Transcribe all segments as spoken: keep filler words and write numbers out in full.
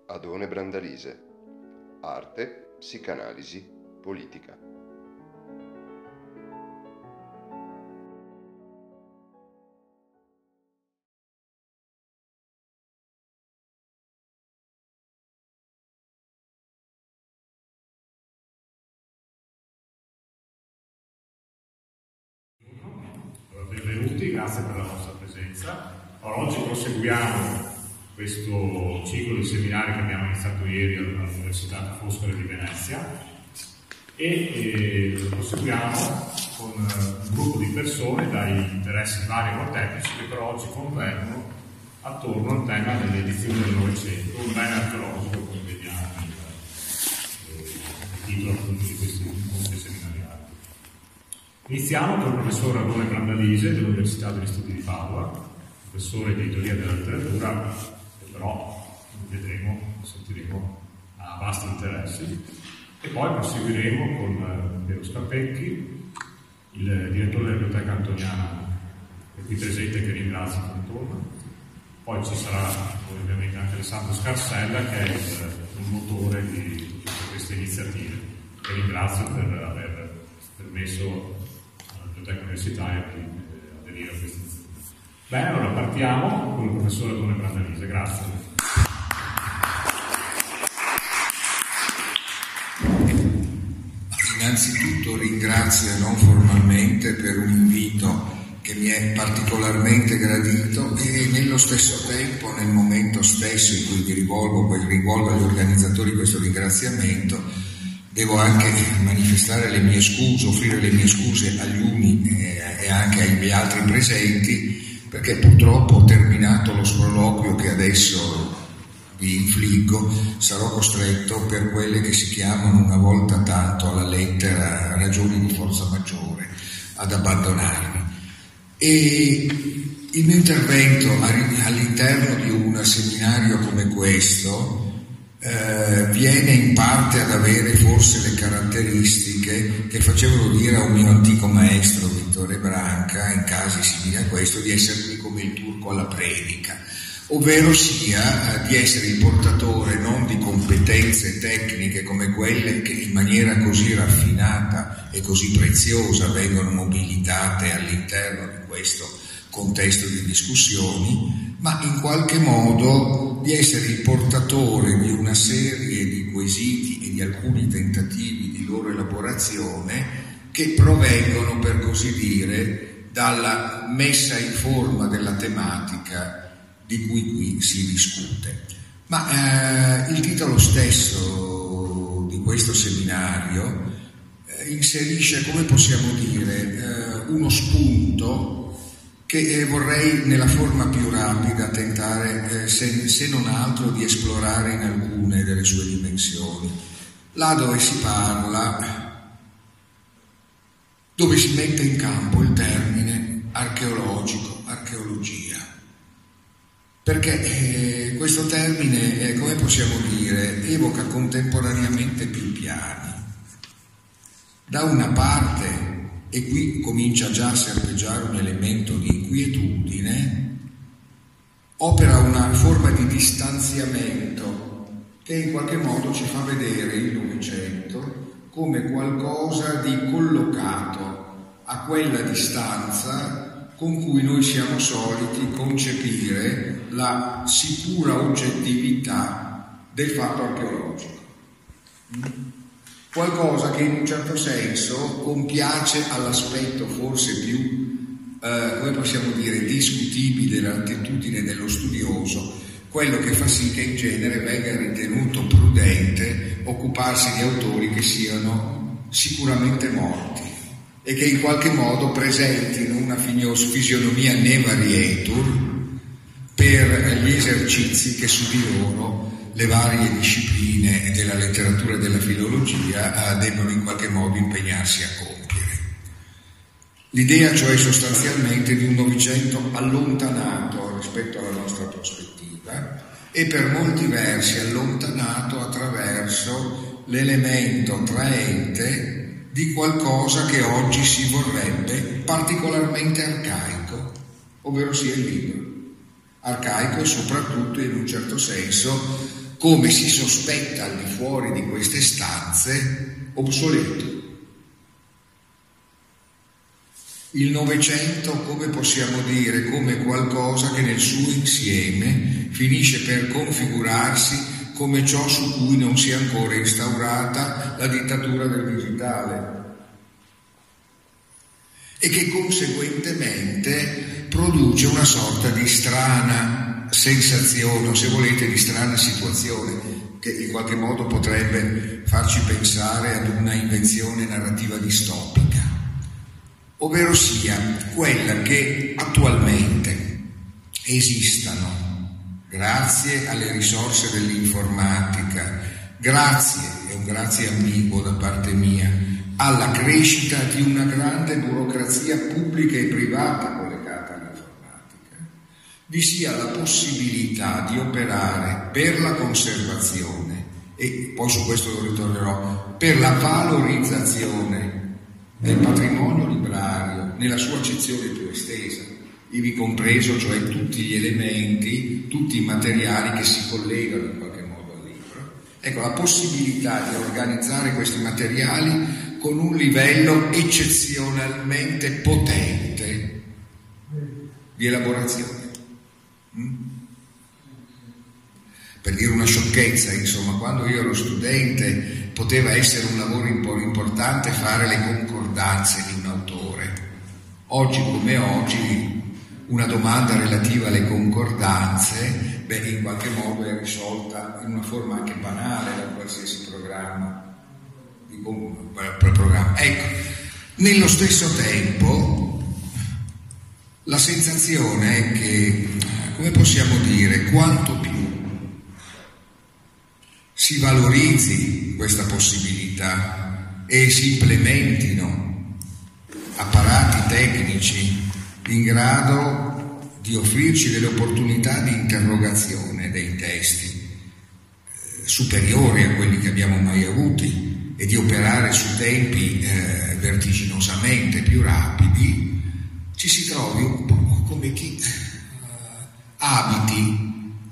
Adone Brandalise. Arte, psicanalisi, politica. Benvenuti, grazie per la vostra presenza. Oggi proseguiamo questo ciclo di seminari che abbiamo iniziato ieri all'Università Foscolo di Venezia e eh, lo proseguiamo con un gruppo di persone dai interessi vari e molteplici che però oggi convergono attorno al tema delle edizioni del Novecento, un bene archeologico, come vediamo nel titolo appunto di questi incontri seminariali. Iniziamo con il professor Adone Brandalise dell'Università degli Studi di Padova, professore di teoria della letteratura, che però vedremo, sentiremo, ha vasti interessi, e poi proseguiremo con Piero Scapecchi, il direttore della Biblioteca Antoniana, che è qui presente, che ringrazio per torno. Poi ci sarà ovviamente anche Alessandro Scarsella, che è il, il motore di tutte queste iniziative, che ringrazio per aver permesso alla Biblioteca Universitaria di aderire a questa iniziativa. Bene, allora partiamo con il professore Adone Brandalise. Grazie. Innanzitutto ringrazio non formalmente per un invito che mi è particolarmente gradito e nello stesso tempo, nel momento stesso in cui vi rivolgo, rivolgo agli organizzatori questo ringraziamento, devo anche manifestare le mie scuse, offrire le mie scuse agli uni e anche agli altri presenti, perché purtroppo ho terminato lo sproloquio che adesso vi infliggo, sarò costretto per quelle che si chiamano una volta tanto alla lettera ragioni di forza maggiore ad abbandonarmi. E il mio intervento all'interno di un seminario come questo eh, viene in parte ad avere forse le caratteristiche che facevano dire a un mio antico maestro Vittore Branca in casi simili a questo di essermi come il turco alla predica, ovvero sia di essere il portatore non di competenze tecniche come quelle che in maniera così raffinata e così preziosa vengono mobilitate all'interno di questo contesto di discussioni, ma in qualche modo di essere il portatore di una serie di quesiti e di alcuni tentativi di loro elaborazione che provengono, per così dire, dalla messa in forma della tematica di cui qui si discute. Ma eh, il titolo stesso di questo seminario eh, inserisce, come possiamo dire, eh, uno spunto che eh, vorrei nella forma più rapida tentare, eh, se, se non altro, di esplorare in alcune delle sue dimensioni. Là dove si parla, dove si mette in campo il termine archeologico, archeologia. Perché eh, questo termine, eh, come possiamo dire, evoca contemporaneamente più piani. Da una parte, e qui comincia già a serpeggiare un elemento di inquietudine, opera una forma di distanziamento che in qualche modo ci fa vedere il Novecento come qualcosa di collocato a quella distanza con cui noi siamo soliti concepire la sicura oggettività del fatto archeologico. Qualcosa che in un certo senso compiace all'aspetto forse più, eh, come possiamo dire, discutibile dell'attitudine dello studioso, quello che fa sì che in genere venga ritenuto prudente occuparsi di autori che siano sicuramente morti e che in qualche modo presentino una fisionomia ne varietur per gli esercizi che su di loro le varie discipline della letteratura e della filologia eh, debbono in qualche modo impegnarsi a compiere. L'idea cioè sostanzialmente di un Novecento allontanato rispetto alla nostra prospettiva e per molti versi allontanato attraverso l'elemento traente di qualcosa che oggi si vorrebbe particolarmente arcaico, ovvero sia il libro. Arcaico e soprattutto in un certo senso come si sospetta al di fuori di queste stanze, obsoleto. Il Novecento, come possiamo dire, come qualcosa che nel suo insieme finisce per configurarsi come ciò su cui non si è ancora instaurata la dittatura del digitale e che conseguentemente produce una sorta di strana sensazione, o se volete di strana situazione, che in qualche modo potrebbe farci pensare ad una invenzione narrativa distopica, ovvero sia quella che attualmente esistano, grazie alle risorse dell'informatica, grazie, è un grazie ambiguo da parte mia, alla crescita di una grande burocrazia pubblica e privata collegata all'informatica, vi sia la possibilità di operare per la conservazione, e poi su questo lo ritornerò, per la valorizzazione del patrimonio librario nella sua accezione più estesa, ivi compreso cioè tutti gli elementi, tutti i materiali che si collegano in qualche modo al libro. Ecco, la possibilità di organizzare questi materiali con un livello eccezionalmente potente di elaborazione. Mm? Per dire una sciocchezza, insomma, quando io ero studente poteva essere un lavoro importante fare le concordanze di un autore. Oggi come oggi una domanda relativa alle concordanze, beh, in qualche modo è risolta in una forma anche banale da qualsiasi programma. Di programma. Ecco, nello stesso tempo la sensazione è che, come possiamo dire, quanto più si valorizzi questa possibilità e si implementino apparati tecnici in grado di offrirci delle opportunità di interrogazione dei testi eh, superiori a quelli che abbiamo mai avuti e di operare su tempi eh, vertiginosamente più rapidi, ci si trovi un po' come chi eh, abiti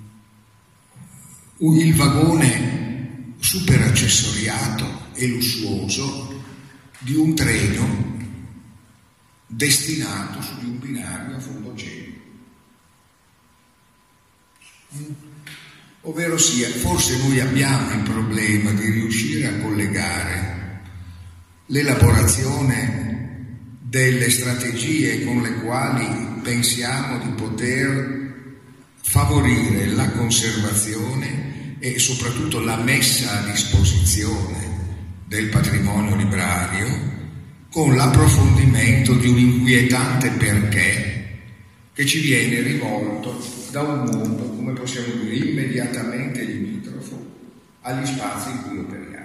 il vagone super accessoriato e lussuoso di un treno destinato su di un binario a fondocello. Ovvero sia, forse noi abbiamo il problema di riuscire a collegare l'elaborazione delle strategie con le quali pensiamo di poter favorire la conservazione e soprattutto la messa a disposizione del patrimonio librario con l'approfondimento di un inquietante perché che ci viene rivolto da un mondo, come possiamo dire, immediatamente limitrofo agli spazi in cui operiamo.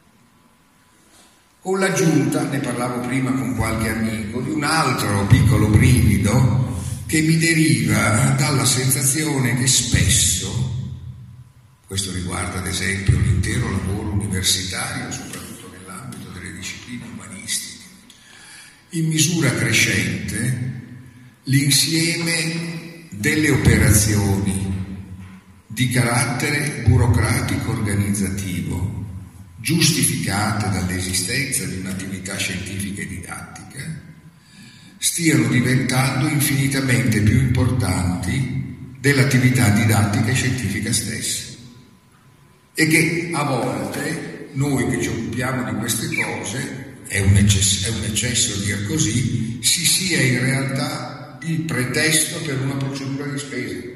Con l'aggiunta, ne parlavo prima con qualche amico, di un altro piccolo brivido che mi deriva dalla sensazione che spesso, questo riguarda ad esempio l'intero lavoro universitario, soprattutto nell'ambito delle discipline umanistiche, in misura crescente l'insieme delle operazioni di carattere burocratico organizzativo giustificate dall'esistenza di un'attività scientifica e didattica stiano diventando infinitamente più importanti dell'attività didattica e scientifica stessa, e che a volte noi che ci occupiamo di queste cose, è un eccesso, è un eccesso dire così, si sia in realtà il pretesto per una procedura di spesa.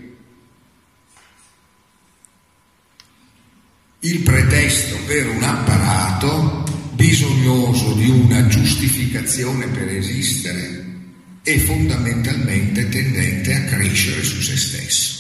Il pretesto per un apparato bisognoso di una giustificazione per esistere e fondamentalmente tendente a crescere su se stesso.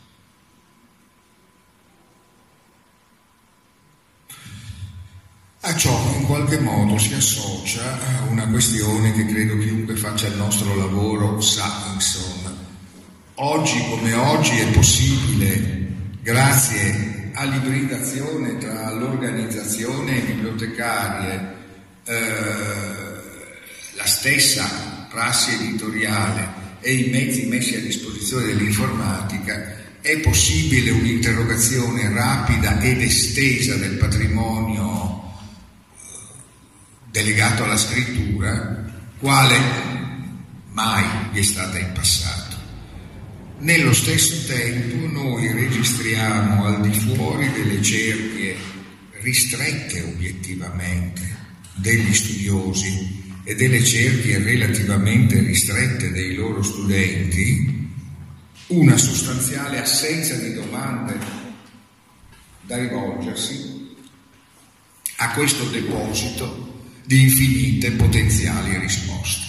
A ciò in qualche modo si associa una questione che credo chiunque faccia il nostro lavoro sa, insomma. Oggi come oggi è possibile, grazie all'ibridazione tra l'organizzazione bibliotecaria, eh, la stessa prassi editoriale e i mezzi messi a disposizione dell'informatica, è è possibile un'interrogazione rapida ed estesa del patrimonio delegato alla scrittura, quale mai vi è stata in passato. Nello stesso tempo noi registriamo al di fuori delle cerchie ristrette obiettivamente degli studiosi e delle cerchie relativamente ristrette dei loro studenti una sostanziale assenza di domande da rivolgersi a questo deposito di infinite potenziali risposte.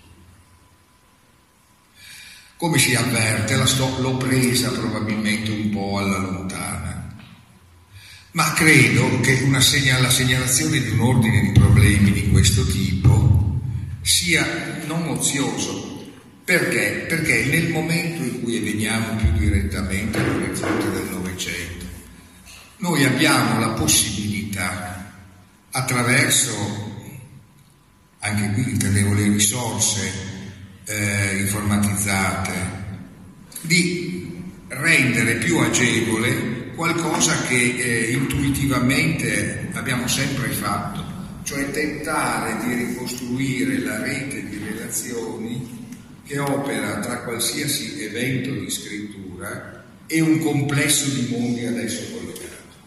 Come si avverte, la sto, l'ho presa probabilmente un po' alla lontana, ma credo che una segna, la segnalazione di un ordine di problemi di questo tipo sia non ozioso. Perché? Perché nel momento in cui veniamo più direttamente all'orizzonte del Novecento, noi abbiamo la possibilità, attraverso, anche qui intendevo le risorse eh, informatizzate, di rendere più agevole qualcosa che eh, intuitivamente abbiamo sempre fatto, cioè tentare di ricostruire la rete di relazioni che opera tra qualsiasi evento di scrittura e un complesso di mondi ad esso collegato.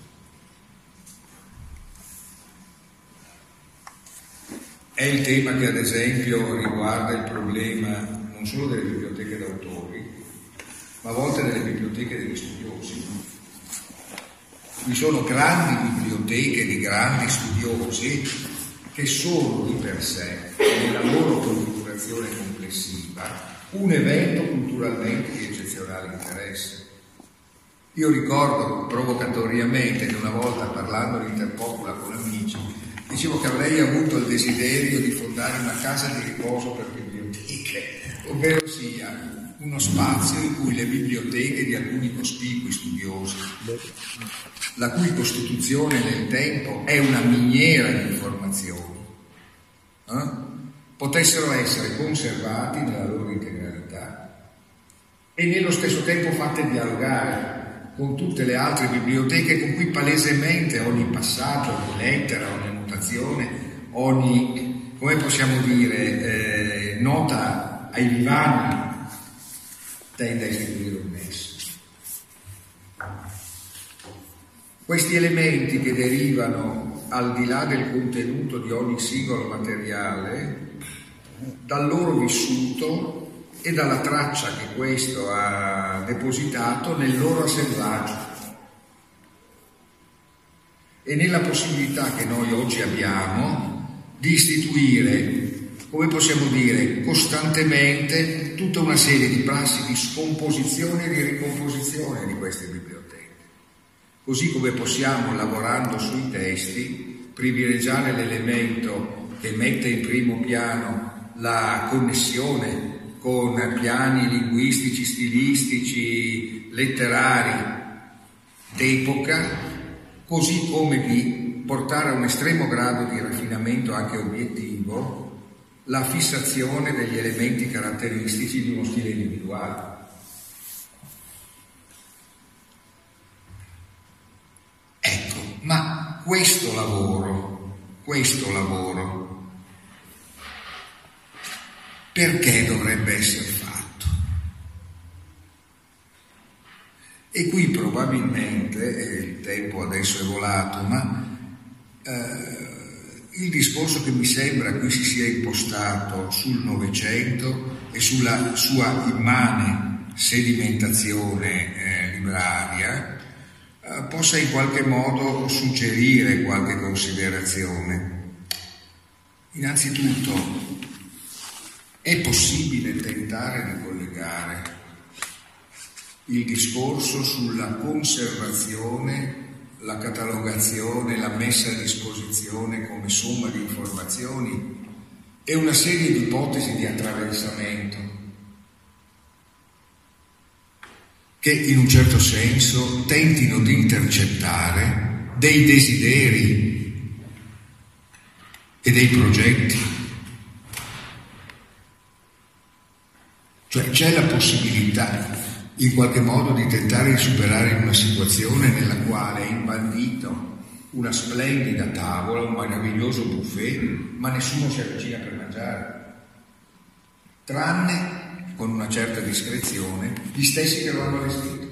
È il tema che ad esempio riguarda il problema non solo delle biblioteche d'autori, ma a volte delle biblioteche degli studiosi. Vi sono grandi biblioteche di grandi studiosi che sono di per sé, nella loro configurazione complessiva, un evento culturalmente di eccezionale interesse. Io ricordo provocatoriamente che una volta, parlando all'Interpopula con amici, dicevo che avrei avuto il desiderio di fondare una casa di riposo per biblioteche, ovvero sia uno spazio in cui le biblioteche di alcuni cospicui studiosi, la cui costituzione nel tempo è una miniera di informazioni, eh, potessero essere conservati nella loro integralità e nello stesso tempo fatte dialogare con tutte le altre biblioteche con cui palesemente ogni passaggio, ogni lettera, ogni annotazione, ogni, come possiamo dire, eh, nota ai vivani tende a istituire un nesso. Questi elementi che derivano al di là del contenuto di ogni singolo materiale dal loro vissuto e dalla traccia che questo ha depositato nel loro assemblaggio e nella possibilità che noi oggi abbiamo di istituire, come possiamo dire, costantemente tutta una serie di prassi di scomposizione e di ricomposizione di queste biblioteche. Così come possiamo, lavorando sui testi, privilegiare l'elemento che mette in primo piano la connessione con piani linguistici, stilistici, letterari d'epoca, così come di portare a un estremo grado di raffinamento anche obiettivo la fissazione degli elementi caratteristici di uno stile individuale. Ecco, ma questo lavoro, questo lavoro, perché dovrebbe essere fatto? E qui probabilmente, il tempo adesso è volato, ma eh, il discorso che mi sembra qui si sia impostato sul Novecento e sulla sua immane sedimentazione eh, libraria eh, possa in qualche modo suggerire qualche considerazione. Innanzitutto, è possibile tentare di collegare il discorso sulla conservazione, la catalogazione, la messa a disposizione come somma di informazioni e una serie di ipotesi di attraversamento che in un certo senso tentino di intercettare dei desideri e dei progetti. Cioè c'è la possibilità in qualche modo di tentare di superare una situazione nella quale è imbandito una splendida tavola, un meraviglioso buffet, ma nessuno si avvicina per mangiare, tranne, con una certa discrezione, gli stessi che lo hanno allestito.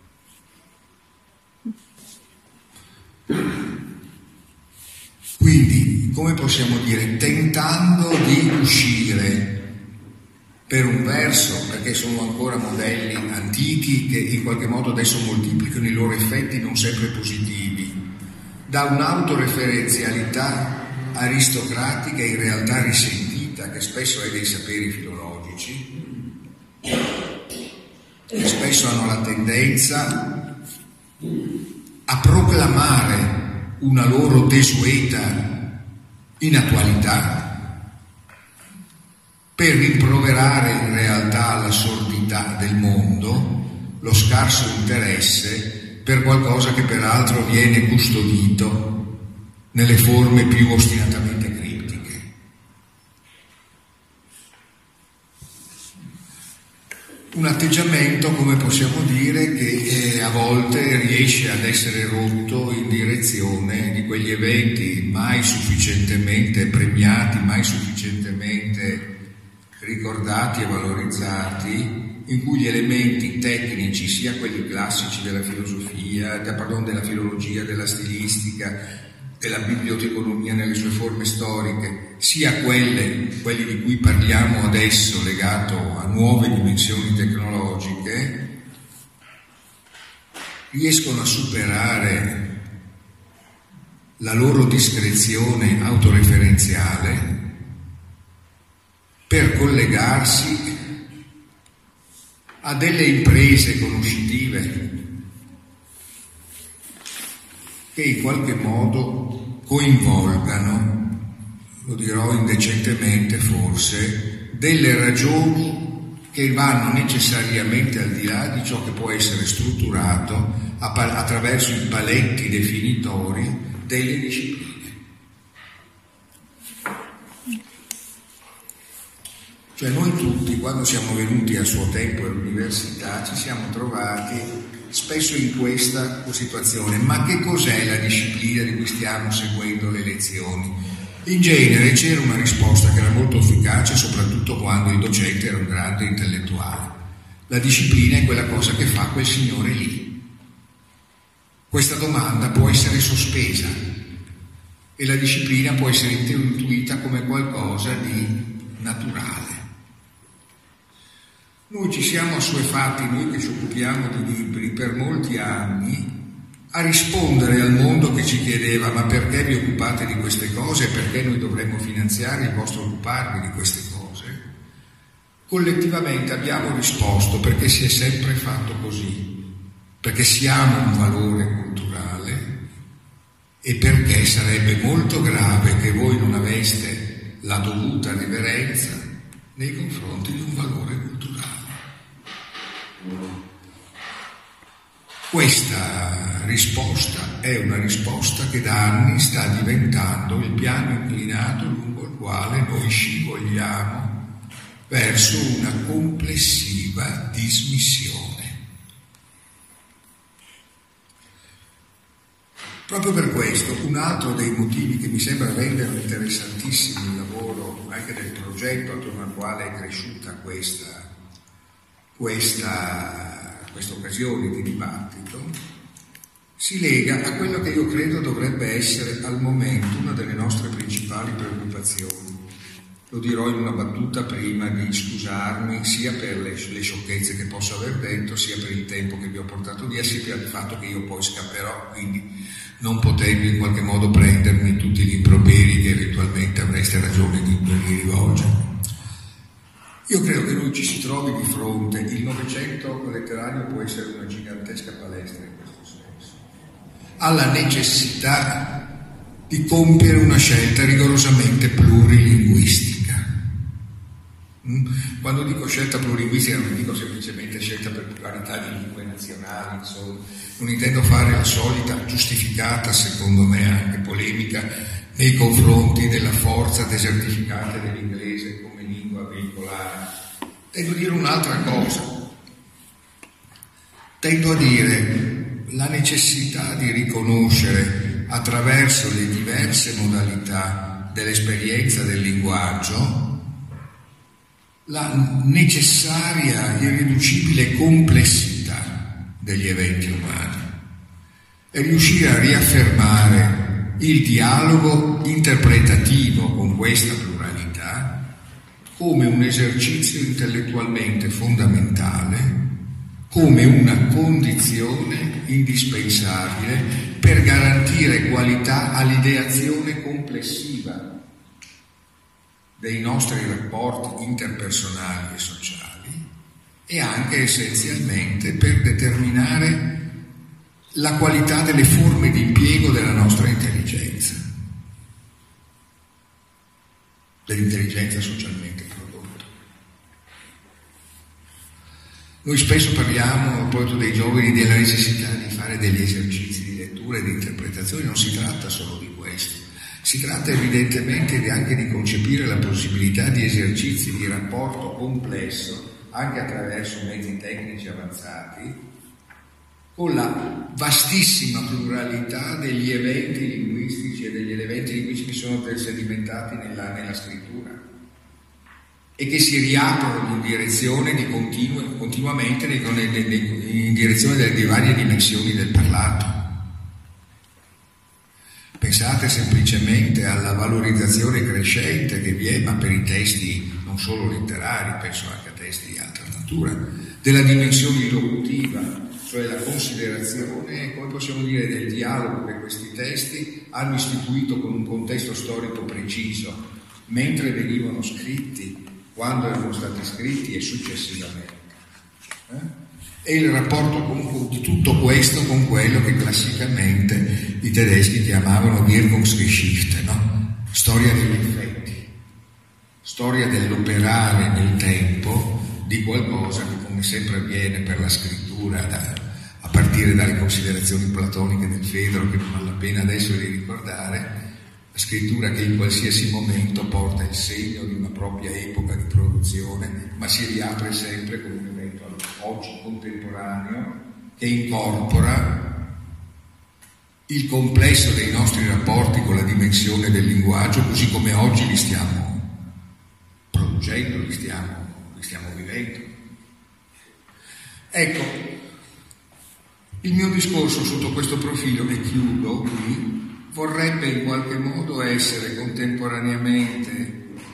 Quindi, come possiamo dire, tentando di uscire per un verso, perché sono ancora modelli antichi che in qualche modo adesso moltiplicano i loro effetti non sempre positivi, da un'autoreferenzialità aristocratica in realtà risentita, che spesso è dei saperi filologici, che spesso hanno la tendenza a proclamare una loro desueta inattualità per rimproverare in realtà alla sordità del mondo lo scarso interesse per qualcosa che peraltro viene custodito nelle forme più ostinatamente criptiche. Un atteggiamento, come possiamo dire, che eh, a volte riesce ad essere rotto in direzione di quegli eventi mai sufficientemente premiati, mai sufficientemente ricordati e valorizzati, in cui gli elementi tecnici, sia quelli classici della filosofia, da, pardon, della filologia, della stilistica, della biblioteconomia nelle sue forme storiche, sia quelle, quelli di cui parliamo adesso legato a nuove dimensioni tecnologiche, riescono a superare la loro discrezione autoreferenziale per collegarsi a delle imprese conoscitive che in qualche modo coinvolgano, lo dirò indecentemente forse, delle ragioni che vanno necessariamente al di là di ciò che può essere strutturato attraverso i paletti definitori delle discipline. Cioè noi tutti, quando siamo venuti a suo tempo all'università, ci siamo trovati spesso in questa situazione. Ma che cos'è la disciplina di cui stiamo seguendo le lezioni? In genere c'era una risposta che era molto efficace, soprattutto quando il docente era un grande intellettuale. La disciplina è quella cosa che fa quel signore lì. Questa domanda può essere sospesa e la disciplina può essere intuita come qualcosa di naturale. Noi ci siamo assuefatti, noi che ci occupiamo di libri, per molti anni a rispondere al mondo che ci chiedeva: ma perché vi occupate di queste cose? Perché noi dovremmo finanziare il vostro occuparvi di queste cose? Collettivamente abbiamo risposto: perché si è sempre fatto così, perché siamo un valore culturale e perché sarebbe molto grave che voi non aveste la dovuta riverenza nei confronti di un valore culturale. Questa risposta è una risposta che da anni sta diventando il piano inclinato lungo il quale noi scivoliamo verso una complessiva dismissione. Proprio per questo, un altro dei motivi che mi sembra rendere interessantissimo il lavoro anche del progetto attorno al quale è cresciuta questa Questa, questa occasione di dibattito si lega a quello che io credo dovrebbe essere al momento una delle nostre principali preoccupazioni. Lo dirò in una battuta prima di scusarmi sia per le, le sciocchezze che posso aver detto, sia per il tempo che vi ho portato via, sia per il fatto che io poi scapperò, quindi non potendo in qualche modo prendermi tutti gli improperi che eventualmente avreste ragione di non mi rivolgere. Io credo che lui ci si trovi di fronte, il Novecento letterario può essere una gigantesca palestra in questo senso, alla necessità di compiere una scelta rigorosamente plurilinguistica. Quando dico scelta plurilinguistica non dico semplicemente scelta per pluralità di lingue nazionali, insomma, non intendo fare la solita giustificata, secondo me anche polemica, nei confronti della forza desertificante dell'inglese come lingua veicolare. Devo dire un'altra cosa. tendo a dire la necessità di riconoscere attraverso le diverse modalità dell'esperienza del linguaggio la necessaria, irriducibile complessità degli eventi umani e riuscire a riaffermare il dialogo interpretativo con questa pluralità come un esercizio intellettualmente fondamentale, come una condizione indispensabile per garantire qualità all'ideazione complessiva dei nostri rapporti interpersonali e sociali e anche essenzialmente per determinare la qualità delle forme di impiego della nostra intelligenza, dell'intelligenza socialmente prodotta. Noi spesso parliamo, proprio dei giovani, della necessità di fare degli esercizi di lettura e di interpretazione. Non si tratta solo di questo. Si tratta evidentemente anche di concepire la possibilità di esercizi di rapporto complesso, anche attraverso mezzi tecnici avanzati, con la vastissima pluralità degli eventi linguistici e degli elementi linguistici che sono sedimentati nella, nella scrittura e che si riaprono in direzione di continuo, continuamente in direzione delle varie dimensioni del parlato. Pensate semplicemente alla valorizzazione crescente che vi è, ma per i testi non solo letterari, penso anche a testi di altra natura, della dimensione illocutiva, cioè la considerazione e come possiamo dire del dialogo che questi testi hanno istituito con un contesto storico preciso, mentre venivano scritti, quando erano stati scritti e successivamente. Eh? E il rapporto con, di tutto questo con quello che classicamente i tedeschi chiamavano Wirkungsgeschichte, no? Storia degli effetti, storia dell'operare nel tempo di qualcosa che, come sempre avviene per la scrittura, da, a partire dalle considerazioni platoniche del Fedro, che non vale la pena adesso di ricordare, la scrittura che in qualsiasi momento porta il segno di una propria epoca di produzione, ma si riapre sempre come un evento oggi contemporaneo che incorpora il complesso dei nostri rapporti con la dimensione del linguaggio, così come oggi li stiamo producendo, li stiamo, li stiamo vivendo. Ecco, il mio discorso sotto questo profilo, e chiudo qui, vorrebbe in qualche modo essere contemporaneamente,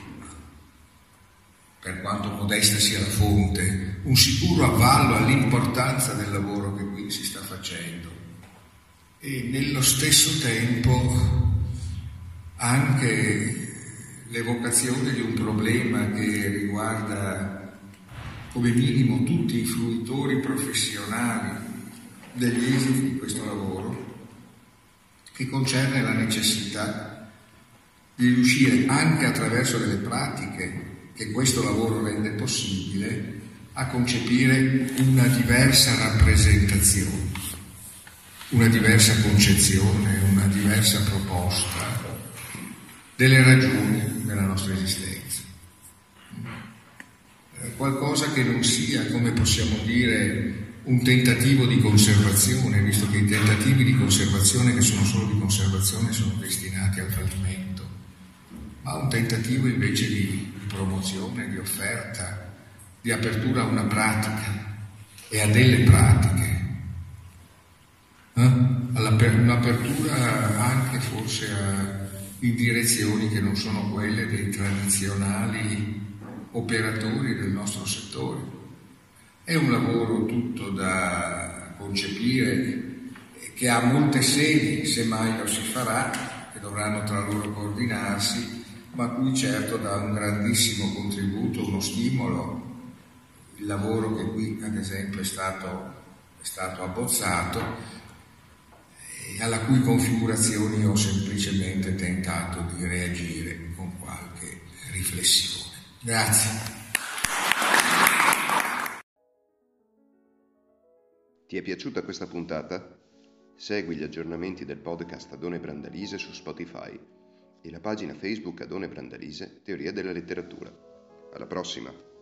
per quanto modesta sia la fonte, un sicuro avvallo all'importanza del lavoro che qui si sta facendo e nello stesso tempo anche l'evocazione di un problema che riguarda come minimo tutti i fruitori professionali degli esiti di questo lavoro, che concerne la necessità di riuscire anche attraverso delle pratiche che questo lavoro rende possibile a concepire una diversa rappresentazione, una diversa concezione, una diversa proposta delle ragioni della nostra esistenza. Qualcosa che non sia, come possiamo dire, un tentativo di conservazione, visto che i tentativi di conservazione che sono solo di conservazione sono destinati al fallimento, ma un tentativo invece di promozione, di offerta, di apertura a una pratica e a delle pratiche, eh? Un'apertura anche forse a, in direzioni che non sono quelle dei tradizionali operatori del nostro settore. È un lavoro tutto da concepire, che ha molte sedi, se mai lo si farà, che dovranno tra loro coordinarsi, ma a cui certo dà un grandissimo contributo, uno stimolo, il lavoro che qui ad esempio è stato, è stato abbozzato e alla cui configurazione ho semplicemente tentato di reagire con qualche riflessione. Grazie. Ti è piaciuta questa puntata? Segui gli aggiornamenti del podcast Adone Brandalise su Spotify e la pagina Facebook Adone Brandalise Teoria della letteratura. Alla prossima!